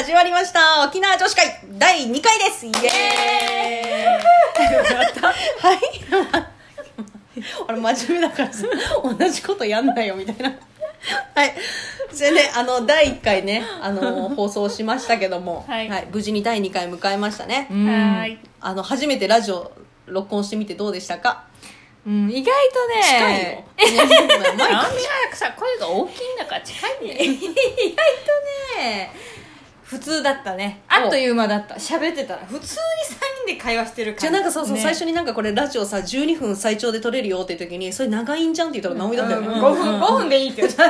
始まりました沖縄女子会第2回です。イエーイはいあれ真面目だからさ同じことやんないよみたいなはいそれで第1回ね放送しましたけども、 はいはい、無事に第2回迎えましたね。 はい。 初めてラジオ録音してみてどうでしたか？ 意外とね近いよマイクさ声が大きいんだから近いね意外とね普通だったね。あっという間だった。喋ってたら普通に3人で会話してる感じ。 じゃあなんかそう、 ね、 最初になんかこれラジオさ12分最長で撮れるよっていう時にそれ長いんじゃんって言ったら直美だったよね、 5分でいいって言った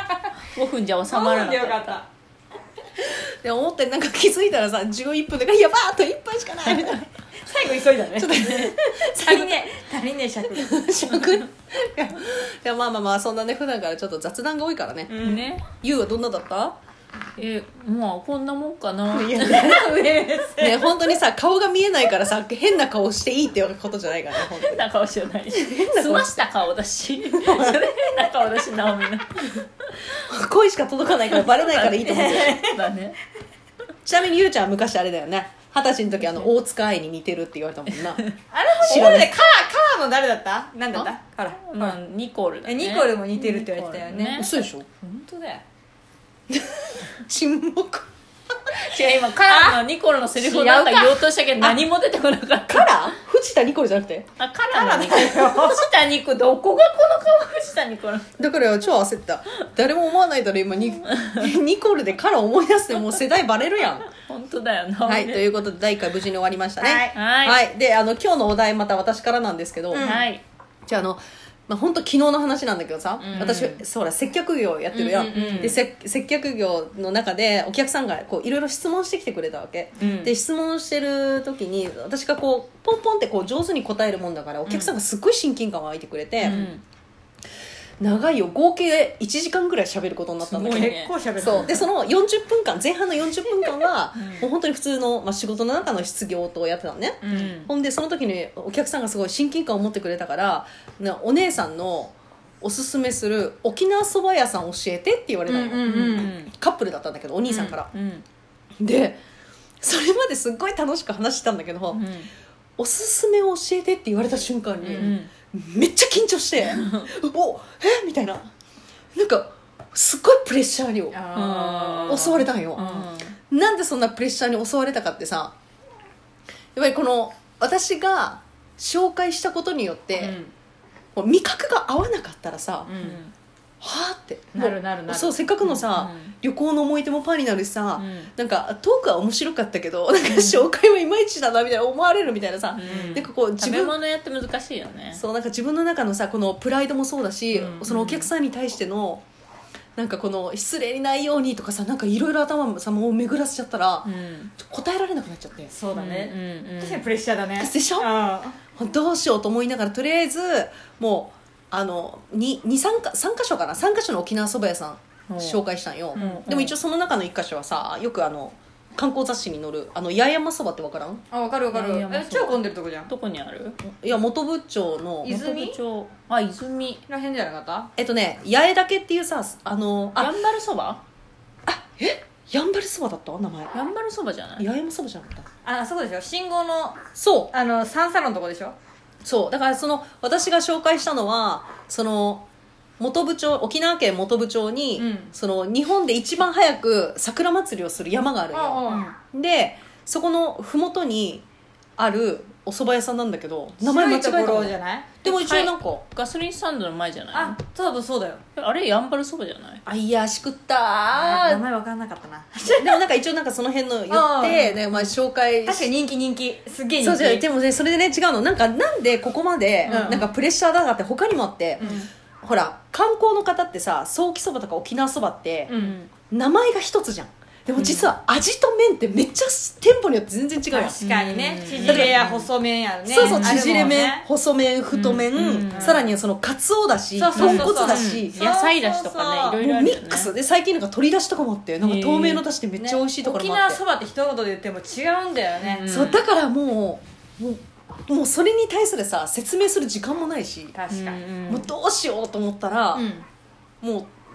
5分じゃ収まらな 5分でよかったで思ってなんか気づいたらさ11分でやばーあと1分しかないみたいな最後急いだねちょっと足りねえ尺いやまあそんなね普段からちょっと雑談が多いからね。 ね。 ゆうはどんなだった？ まあこんなもんかな。 いやね本当にさ顔が見えないからさ変な顔していいってことじゃないからね。 変な顔じゃないし済ました顔だしそれ変な顔だし直美の声しか届かないからバレないからいいと思ってだね。 ちなみにゆうちゃんは昔あれだよね、20歳の時大塚愛に似てるって言われたもんなあれも知らない。カラーの誰だった？何だった？カラー、まあ、ニコールだね。ニコールも似てるって言われてたよね。 嘘でしょ？ 本当だよ。 沈黙違う、今カラーのニコールのセリフをなんか言おうとしたけど何も出てこなかった。 カラー？藤田ニコルじゃなくて？ カラーのニコール。藤田ニコ、どこがこの顔藤田ニコール。 だから超焦った。誰も思わないだろ今ニコルでカラー思い出してもう世代バレるやん。 本当だよな。 はい、ということで第1回無事に終わりましたね。 はいで今日のお題また私からなんですけど、 はい。 じゃあ本当昨日の話なんだけどさ、私そうだ接客業やってるやん、で接客業の中でお客さんがこういろいろ質問してきてくれたわけ、で質問してる時に私がこうポンポンってこう上手に答えるもんだからお客さんがすっごい親近感湧いてくれて、長いよ合計1時間ぐらい喋ることになったんだけど、 結構喋る。 そうでその40分間前半の40分間はもう本当に普通の、仕事の中の失業とやってたのね、ほんでその時にお客さんがすごい親近感を持ってくれたからお姉さんのおすすめする沖縄そば屋さん教えてって言われたの、カップルだったんだけどお兄さんから、でそれまですっごい楽しく話してたんだけど、おすすめを教えてって言われた瞬間に、めっちゃ緊張してみたいな、なんかすっごいプレッシャーに襲われたんよ、なんでそんなプレッシャーに襲われたかってさ、やっぱりこの私が紹介したことによって、味覚が合わなかったらさ、はぁってなるそうせっかくのさ、旅行の思い出もパンになるしさ、なんかトークは面白かったけどなんか紹介はいまいちだなみたいな思われるみたいなさ、なんかこう食べ物やって難しいよね。 そうなんか自分の中のさこのプライドもそうだし、そのお客さんに対してのなんかこの失礼にないようにとかさ、なんかいろいろ頭さもう巡らせちゃったら、答えられなくなっちゃって。 そうだね、確かにプレッシャーだね。 でしょ、どうしようと思いながらとりあえずもう3箇所かな、3箇所の沖縄そば屋さん紹介したんよ、でも一応その中の1箇所はさよく観光雑誌に載る八重山そばって分からん？ 分かる超混んでるとこじゃん。どこにある？ いや本部町の泉町泉らへんじゃなかった？ 八重岳っていうさやんばるそば？ やんばるそばだった名前。 やんばるそばじゃない？ 八重山そばじゃなかった？ そうでしょ、信号のそうサンサロンのとこでしょ。 そうだから私が紹介したのは本部町、沖縄県本部町に、日本で一番早く桜祭りをする山があるよ、でそこの麓にあるお蕎麦屋さんなんだけど名前間違えたのじゃない？ でも一応なんか、 ガソリンスタンドの前じゃない？多分そうだよ。あれやんばるそばじゃない？ いやしくった名前分かんなかったなでもなんか一応なんかその辺の言ってで、紹介確かに人気すげえ人気。 そうじゃでもねそれでね違うのなんでここまでなんかプレッシャーだなって他にもあって、ほら観光の方ってさソーキそばとか沖縄そばって、名前が一つじゃん。でも実は味と麺ってめっちゃ店舗によって全然違うよ。 確かにね、縮れや細麺やね。 そう縮れ麺、細麺、太麺、さらにはそのカツオだし豚骨だし野菜だしとかね、いろいろあるよね。 ミックスで最近なんか鶏だしとかもあってなんか透明のだしでめっちゃ美味しいところもあって、 沖縄そばって一言で言っても違うんだよね。 そうだからもうそれに対するさ説明する時間もないし、 確かにもうどうしようと思ったら、もう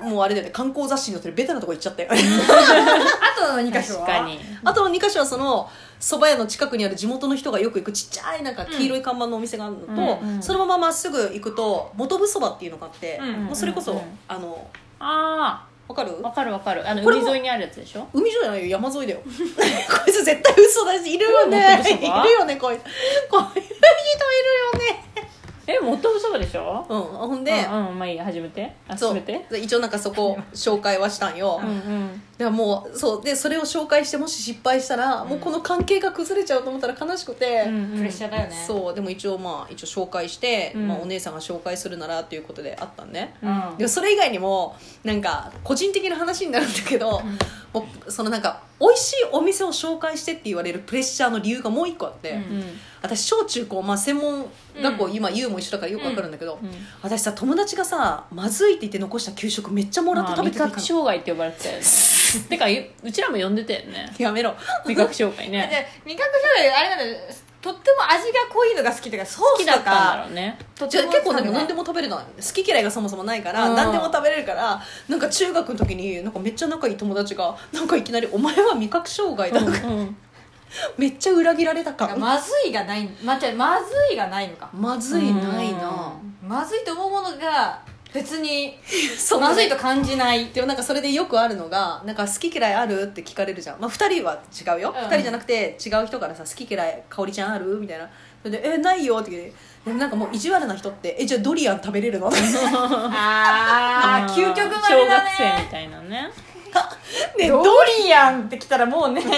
もうあれだよね、観光雑誌に載ってるベタなとこ行っちゃったよあとの2箇所は確かにあとの2箇所はその蕎麦屋の近くにある地元の人がよく行くちっちゃいなんか黄色い看板のお店があるのと、 うんそのまままっすぐ行くと元部そばっていうのがあって、 うんもうそれこそ、 うんあわかるあ、わかるわかる。 これも海沿いにあるやつでしょ。 海じゃないよ、山沿いだよこいつ絶対嘘だし、いるよね元部そばいるよねこういう人いるよね元部そばでしょ。 ほんで、 まあいいや、始めて。 そう進めて。 一応なんかそこ紹介はしたんよ、だからもうそうでそれを紹介してもし失敗したら、もうこの関係が崩れちゃうと思ったら悲しくて、 プレッシャーだよね。 そうでも一応紹介して、 うんお姉さんが紹介するならっていうことであったんね、 うんでもそれ以外にもなんか個人的な話になるんだけど、もうそのなんか美味しいお店を紹介してって言われるプレッシャーの理由がもう一個あって、私小中高、専門学校、今 U も一緒だからよくわかるんだけど、私さ友達がさまずいって言って残した給食めっちゃもらって食べてた味覚障害って呼ばれてたよねてかうちらも呼んでたよね、 やめろ味覚障害ね。 で味覚障害あれなんだよ、とっても味が濃いのが好きとかソースと好きだったんだかろうね。 じゃあ結構でも何でもも食べれたの好き嫌いがそもそもないから、 うん何でも食べれるから、なんか中学の時になんかめっちゃ仲いい友達がなんかいきなり「お前は味覚障害だ」とか、めっちゃ裏切られたかまずいがない、まずいがないのか、 まずいないな、 まずいと思うものが別にそうまずいと感じない。 でもなんかそれでよくあるのがなんか好き嫌いあるって聞かれるじゃん、2人は違うよ、2人じゃなくて違う人からさ好き嫌いかおりちゃんあるみたいな、それでないよって聞いて、でもなんかもう意地悪な人ってじゃあドリアン食べれるのあー究極のあ小れだ学生みね。 たいなね。 ねドリアンってきたらもうね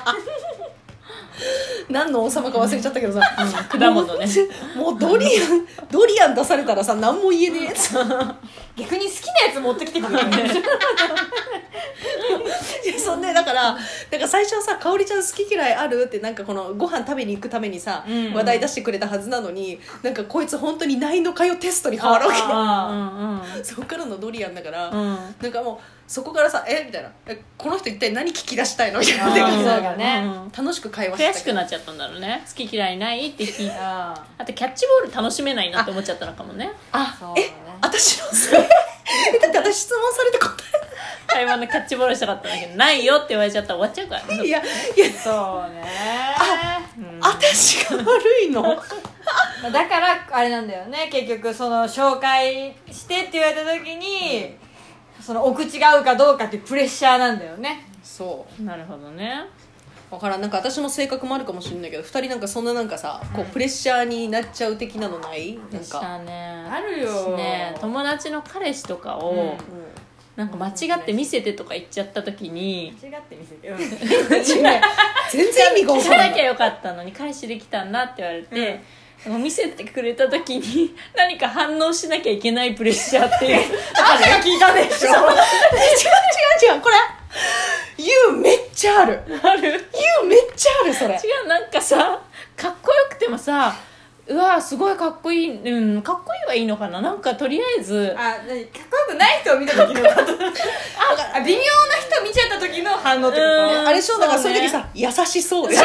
何の王様か忘れちゃったけどさ、 果物ね。 もうドリアン出されたらさ何も言えねえやつ逆に好きなやつ持ってきてくれるねいやそんでだから最初はさかおりちゃん好き嫌いあるってなんかこのご飯食べに行くためにさ、話題出してくれたはずなのになんかこいつ本当にないのかよテストに変わるわけそこからのドリアンだから、なんかもうそこからさみたいなこの人一体何聞き出したいのみたいなそう感じでだね。 楽しく会話して悔しくなっちゃったんだろうね。好き嫌いないって聞いた。あとキャッチボール楽しめないなって思っちゃったのかもね。 そうだね私のせいだって私質問されて答会話のキャッチボールしたかったんだけど、ないよって言われちゃったら終わっちゃうからね。 えいやそうね。 私が悪いのだからあれなんだよね、結局その紹介してって言われた時に、そのお口が合うかどうかっていうプレッシャーなんだよね。 そうなるほどね。 分からん、なんか私の性格もあるかもしれないけど2人なんかそんななんかさこうプレッシャーになっちゃう的なのないなんしたか、 ね。 あるよね、友達の彼氏とかを、なんか間違って見せてとか言っちゃった時に、 間違って見せて、 全然意味が分聞かんないかなきゃよかったのに彼氏できたんだって言われて、見せてくれた時に何か反応しなきゃいけないプレッシャーっていうあれが聞いたでしょ。 違うこれ You めっちゃある You めっちゃあるそれ違う、なんかさかっこよくてもさ、うわすごいかっこいい、かっこいいはいいのかな、なんかとりあえずあ、かっこよくない人を見た時の微妙な人見ちゃった時の反応ってこと。 あれでしょだからそういう時さ優しそうでしょ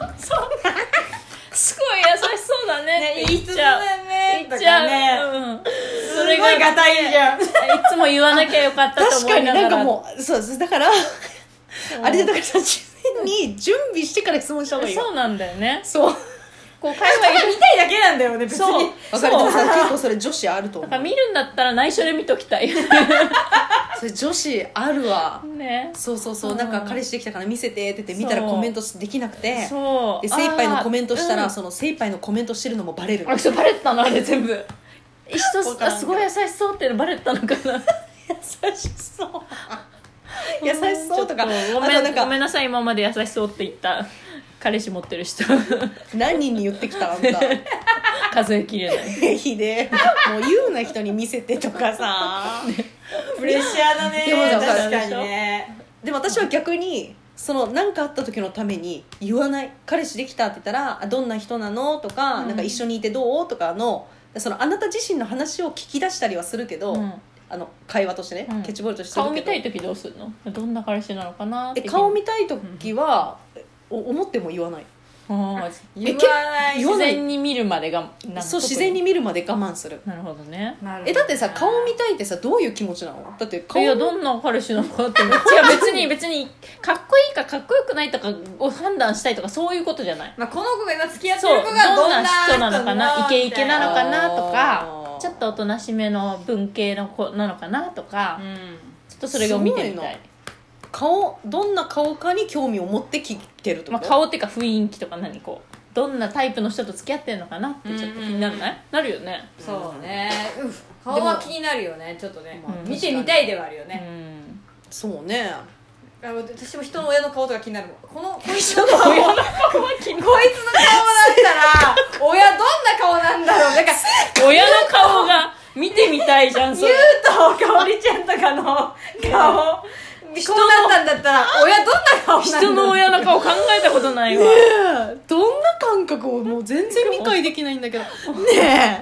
すごい優しそうだねっていい人言っちゃう、 だよね言っちゃう、 とかね。 それがすごいガタイじゃん。 いつも言わなきゃよかったと確かに思いながら、 なんかもうそうだからあれでだからさ事前に準備してから質問した方がいいよそうなんだよね。 そうこう会話が見たいだけなんだよね、別に。 そう分かるでもさ結構それ女子あると思うだから見るんだったら内緒で見ときたいそれ女子あるわね。 そうそうそう、なんか彼氏できたから見せてって言って見たらそうコメントできなくてそうで精一杯のコメントしたら、 あーその精一杯のコメントしてるのもバレるあ、そうバレたのあれ全部人わからんけどすごい優しそうっていうのバレたのかな優しそう優しそうとかちょっとごめんあとなんかごめんなさい、今まで優しそうって言った彼氏持ってる人何人に言ってきたあんた数えきれないひでもう言うな人に見せてとかさプレッシャーだね。 でもだから確かにね。 でも私は逆にその何かあった時のために言わない。彼氏できたって言ったらどんな人なのとか、なんか一緒にいてどうとかのそのあなた自身の話を聞き出したりはするけど、会話としてね、キャッチボールとしてするけど顔見たい時どうするの、どんな彼氏なのかなって顔見たい時は、思っても言わない。 言わない自然に見るまでがそう自然に見るまで我慢する。 なるほどね。 だってさ顔見たいってさどういう気持ちなの？だって顔いやどんな彼氏なのかって違う別にかっこいいかかっこよくないとかを判断したいとかそういうことじゃない、 まあ、この子が今付き合ってそうる子がどんな人なのかな、イケイケなのかなとあかーちょっとおとなしめの文系の子なのかなとか、 うんちょっとそれを見てみたい。 どんな顔かに興味を持って聞いてるとか、 顔っていうか雰囲気とか何こうどんなタイプの人と付き合ってるのかなってちょっと気になるね、なるよね。 そうね、顔は気になるよねちょっとね、 うん見てみたいではあるようね、 んそうね。 私も人の親の顔とか気になるもん。こいつ人のの顔親の顔はこいつの顔だったら親どんな顔なんだろう。なんか親の顔が見てみたいじゃんそゆうれ。 とかおりちゃんとかの顔こうなったんだったら親どんな顔なんだろう。 人の親の顔考えたことないわ。 どんな感覚をもう全然理解できないんだけどね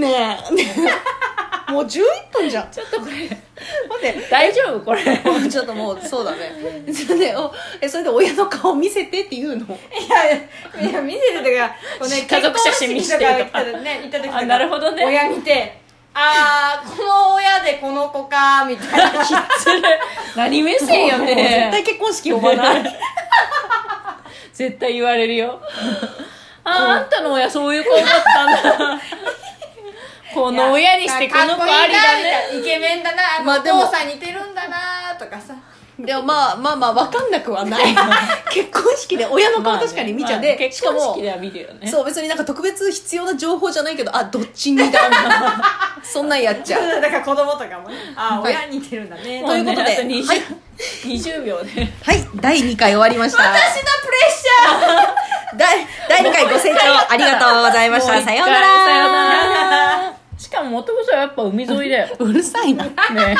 えもう11分じゃん。 ちょっとこれ待って大丈夫これ。 もうちょっともうそうだねそれでそれで親の顔見せてって言うの？ いや見せてとかこう、ね、 家族写真見せてとか結婚式とかね行った時とかあなるほどね親見てこの親でこの子かみたいなそれ何目線よもう絶対ね。 結婚式呼ばない絶対言われるよ。あんたの親そういう子だったんだ。この親にしてこの子ありだね。 かっこいいなみたいなイケメンだな、 まあでもお父さん似てるんだなとかさ。 でもまあ分かんなくはない結婚式で親の顔確かに見ちゃうで、 結しかも婚式では見るよね。 そう別になんか特別必要な情報じゃないけどどっちにだみたいなそんなんやっちゃうだから子供とかもねはい親似てるんだね、 ということでもねあと 20, はい 20秒ではい第2回終わりました。 私のプレッシャー第2回ご清聴ありがとうございました。 もう一回さようなら。 さようなら。しかも元々はやっぱ海沿いだよ。 うるさいな。 ね